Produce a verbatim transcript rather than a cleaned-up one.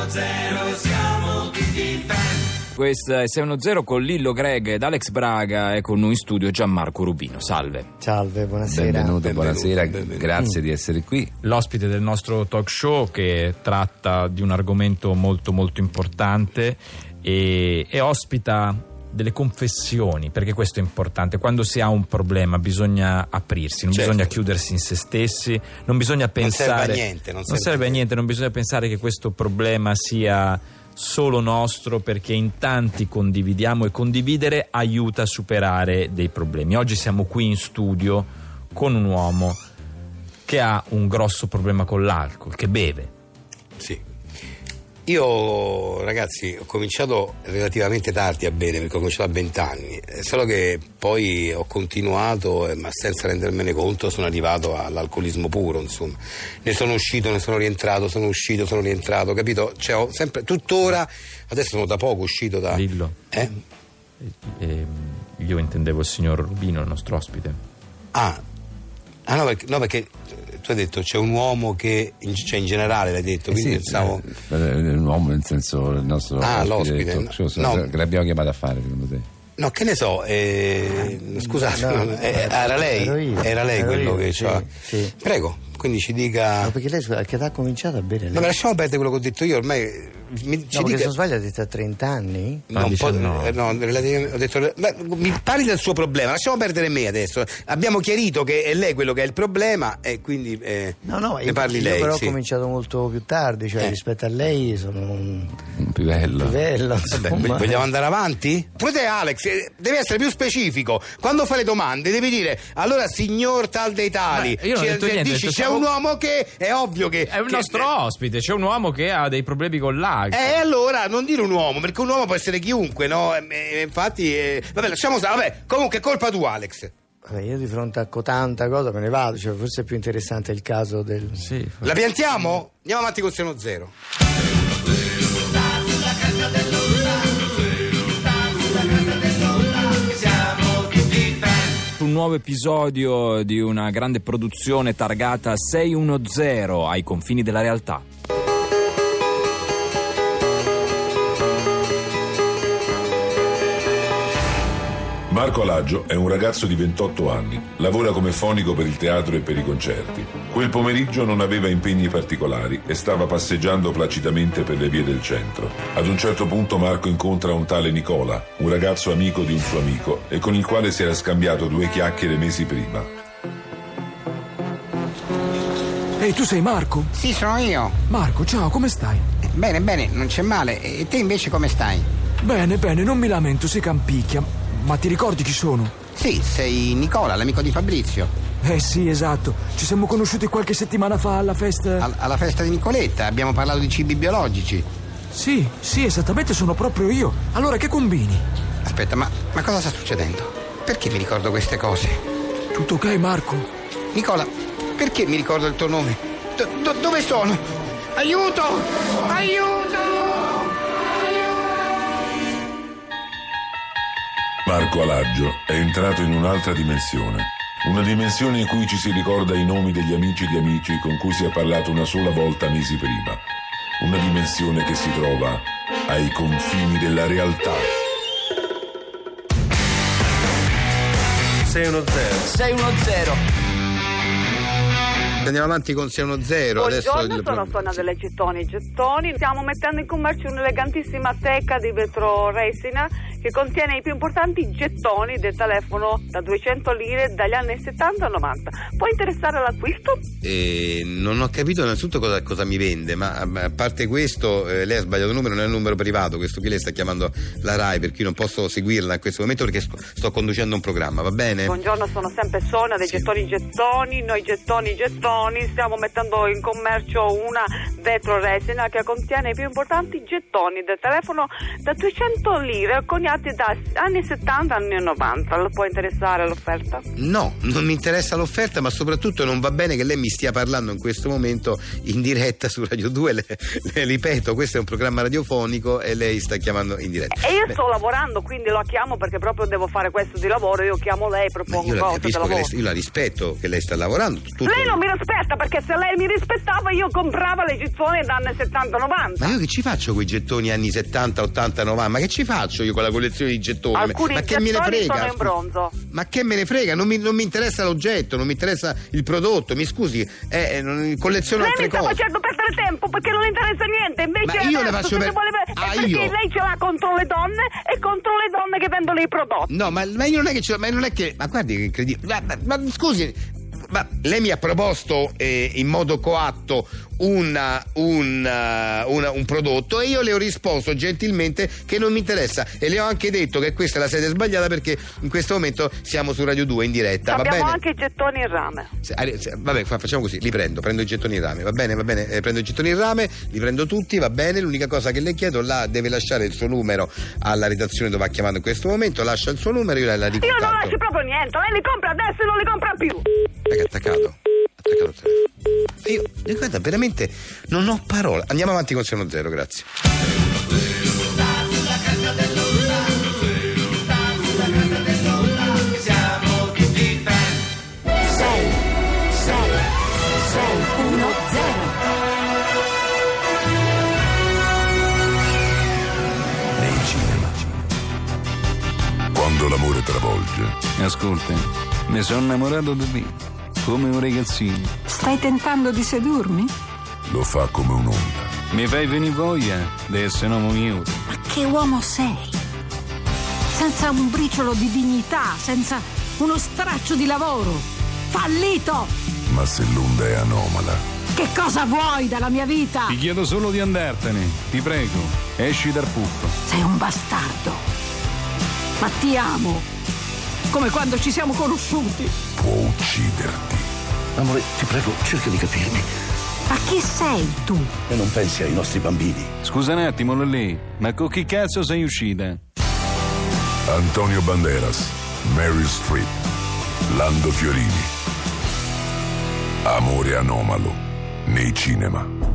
zero siamo tutti fan. Questa è sei uno zero con Lillo Greg ed Alex Braga e con noi in studio Gianmarco Rubino. Salve. Salve, buonasera. Benvenuto, Benvenuto, buonasera, benvenuto. grazie mm. di essere qui. L'ospite del nostro talk show che tratta di un argomento molto molto importante e, e ospita delle confessioni, perché questo è importante. Quando si ha un problema bisogna aprirsi, non certo. bisogna chiudersi in se stessi, non bisogna pensare non serve a niente, non, non serve serve a niente, non bisogna pensare che questo problema sia solo nostro, perché in tanti condividiamo e condividere aiuta a superare dei problemi. Oggi siamo qui in studio con un uomo che ha un grosso problema con l'alcol, che beve. Sì. Io, ragazzi, ho cominciato relativamente tardi a bere, perché ho cominciato a vent'anni, solo che poi ho continuato, ma senza rendermene conto sono arrivato all'alcolismo puro, insomma. Ne sono uscito, ne sono rientrato, sono uscito, sono rientrato, capito? Cioè, ho sempre, tuttora, adesso sono da poco uscito da... Lillo. Eh? Eh, io intendevo il signor Rubino, il nostro ospite. Ah, ah no, perché, no, perché tu hai detto c'è un uomo che, in, cioè in generale l'hai detto, quindi eh sì, pensavo... eh, un uomo nel senso il nostro Ah, ospite, l'ospite, talk show, no. che l'abbiamo chiamato a fare secondo te? No, che ne so, eh, scusate, no, non- eh, era lei, ero io, era lei ero quello io, che sì, c'ha... sì. Prego, quindi ci dica... No, perché lei a che età ha cominciato a bere? Lei? No, ma lasciamo perdere quello che ho detto io, ormai... Mi, ci No, perché dica... se non sbaglio ha detto a trenta anni? No, un po', diciannove. eh, no, relativamente, ho detto, ma mi parli del suo problema, lasciamo perdere me adesso. Abbiamo chiarito che è lei quello che è il problema e quindi eh, No, no, ne io, parli io lei. però sì. ho cominciato molto più tardi, cioè Eh. rispetto a lei sono un Un pivello. livello, Vabbè, insomma. vogliamo andare avanti? Poi te, Alex, eh, devi essere più specifico. Quando fai le domande devi dire allora signor tal dei tali. Ma io non ho Cioè, detto niente, ho dici detto c'è stavo- un uomo che è ovvio che È un che- nostro ospite, c'è un uomo che ha dei problemi con l'alcol. Eh, allora non dire un uomo, perché un uomo può essere chiunque, no? Eh, eh, infatti, eh, vabbè, lasciamo stare. Vabbè, comunque è colpa tua, Alex. Vabbè, io di fronte a tanta cosa me ne vado, cioè, forse è più interessante il caso del... Sì, La piantiamo? Andiamo avanti con sei uno zero. un nuovo episodio di una grande produzione targata sei uno zero ai confini della realtà. Marco Alaggio è un ragazzo di ventotto anni, lavora come fonico per il teatro e per i concerti. Quel pomeriggio non aveva impegni particolari e stava passeggiando placidamente per le vie del centro. Ad un certo punto Marco incontra un tale Nicola, un ragazzo amico di un suo amico e con il quale si era scambiato due chiacchiere mesi prima. Ehi, tu sei Marco? Sì, sono io. Marco, ciao, come stai? Bene, bene, non c'è male. E te invece come stai? Bene, bene, non mi lamento, si campicchia. Ma ti ricordi chi sono? Sì, sei Nicola, l'amico di Fabrizio. Eh sì, esatto. Ci siamo conosciuti qualche settimana fa alla festa... Al- alla festa di Nicoletta abbiamo parlato di cibi biologici. Sì, sì, esattamente, sono proprio io. Allora, che combini? Aspetta, ma, ma cosa sta succedendo? Perché mi ricordo queste cose? Tutto ok, Marco? Nicola, perché mi ricordo il tuo nome? Do- do- dove sono? Aiuto! Aiuto! Marco Alaggio è entrato in un'altra dimensione. Una dimensione in cui ci si ricorda i nomi degli amici di amici con cui si è parlato una sola volta mesi prima. Una dimensione che si trova ai confini della realtà. sei uno zero. sei uno zero. Andiamo avanti con sei uno zero. Buongiorno, Adesso il... sono Sonia delle Gettoni Gettoni. Stiamo mettendo in commercio un'elegantissima teca di vetro resina che contiene i più importanti gettoni del telefono da duecento lire dagli anni settanta e novanta. Può interessare l'acquisto? Eh, non ho capito innanzitutto cosa, cosa mi vende, ma a parte questo eh, lei ha sbagliato il numero, non è un numero privato, questo qui lei sta chiamando la Rai, per cui non posso seguirla in questo momento perché sto, sto conducendo un programma, va bene? Buongiorno, sono sempre Sonia dei Sì. Gettoni Gettoni. Noi gettoni gettoni stiamo mettendo in commercio una vetro resina che contiene i più importanti gettoni del telefono da duecento lire coniati da anni settanta e anni novanta. Lo può interessare l'offerta? No, non mi interessa l'offerta, ma soprattutto non va bene che lei mi stia parlando in questo momento in diretta su Radio due. Le, le ripeto, questo è un programma radiofonico e lei sta chiamando in diretta. E io Beh, sto lavorando, quindi lo chiamo perché proprio devo fare questo di lavoro. Io chiamo lei, ma propongo io la cose da capisco che lavoro. lei, io la rispetto che lei sta lavorando. Tutto... Lei non mi rispetta, perché se lei mi rispettava io compravo le gettoni dagli settanta novanta. Ma io che ci faccio con i gettoni anni settanta, ottanta, novanta? Ma che ci faccio io con la collezione di gettoni? Alcuni ma che me ne frega? Sono in bronzo. Ma che me ne frega? Non mi, non mi interessa l'oggetto, non mi interessa il prodotto, mi scusi, eh, non, colleziono lei altre cose. Lei mi sta facendo perdere tempo perché non le interessa niente, invece ma io le faccio per... voleva... ah, perché io? lei ce l'ha contro le donne e contro le donne che vendono i prodotti. No, ma, ma io non è che ce l'ho, ma non è che... Ma guardi che incredibile. Ma, ma, ma scusi... Ma lei mi ha proposto eh, in modo coatto una, una, una, un prodotto e io le ho risposto gentilmente che non mi interessa e le ho anche detto che questa è la sede sbagliata perché in questo momento siamo su Radio due in diretta. Va abbiamo bene? Anche i gettoni in rame. Se, se, vabbè, facciamo così, li prendo, prendo i gettoni in rame, va bene, va bene, eh, prendo i gettoni in rame, li prendo tutti, va bene, l'unica cosa che le chiedo, là deve lasciare il suo numero alla redazione dove ha chiamato in questo momento, lascia il suo numero e io la ricontatto. Io non lascio proprio niente, lei li compra adesso e non li compra più. Che attaccato, attaccato il telefono. Io, guarda, veramente non ho parole. Andiamo avanti con Seno Zero, grazie. Siamo tutti fan. sei, sei, sei, uno, zero. Nei cinema. Quando l'amore travolge. Ascolta, mi sono innamorato di te, come un ragazzino. Stai tentando di sedurmi? Lo fa come un'onda. Mi fai venire voglia di essere un uomo mio. Ma che uomo sei? Senza un briciolo di dignità, senza uno straccio di lavoro. Fallito! Ma se l'onda è anomala. Che cosa vuoi dalla mia vita? Ti chiedo solo di andartene, ti prego, esci dal puff. Sei un bastardo. Ma ti amo. Come quando ci siamo conosciuti. Può ucciderti. Amore, ti prego, cerca di capirmi. Ma chi sei tu? E non pensi ai nostri bambini. Scusa un attimo, Lolli, ma con chi cazzo sei uscita? Antonio Banderas, Meryl Streep, Lando Fiorini. Amore anomalo nei cinema.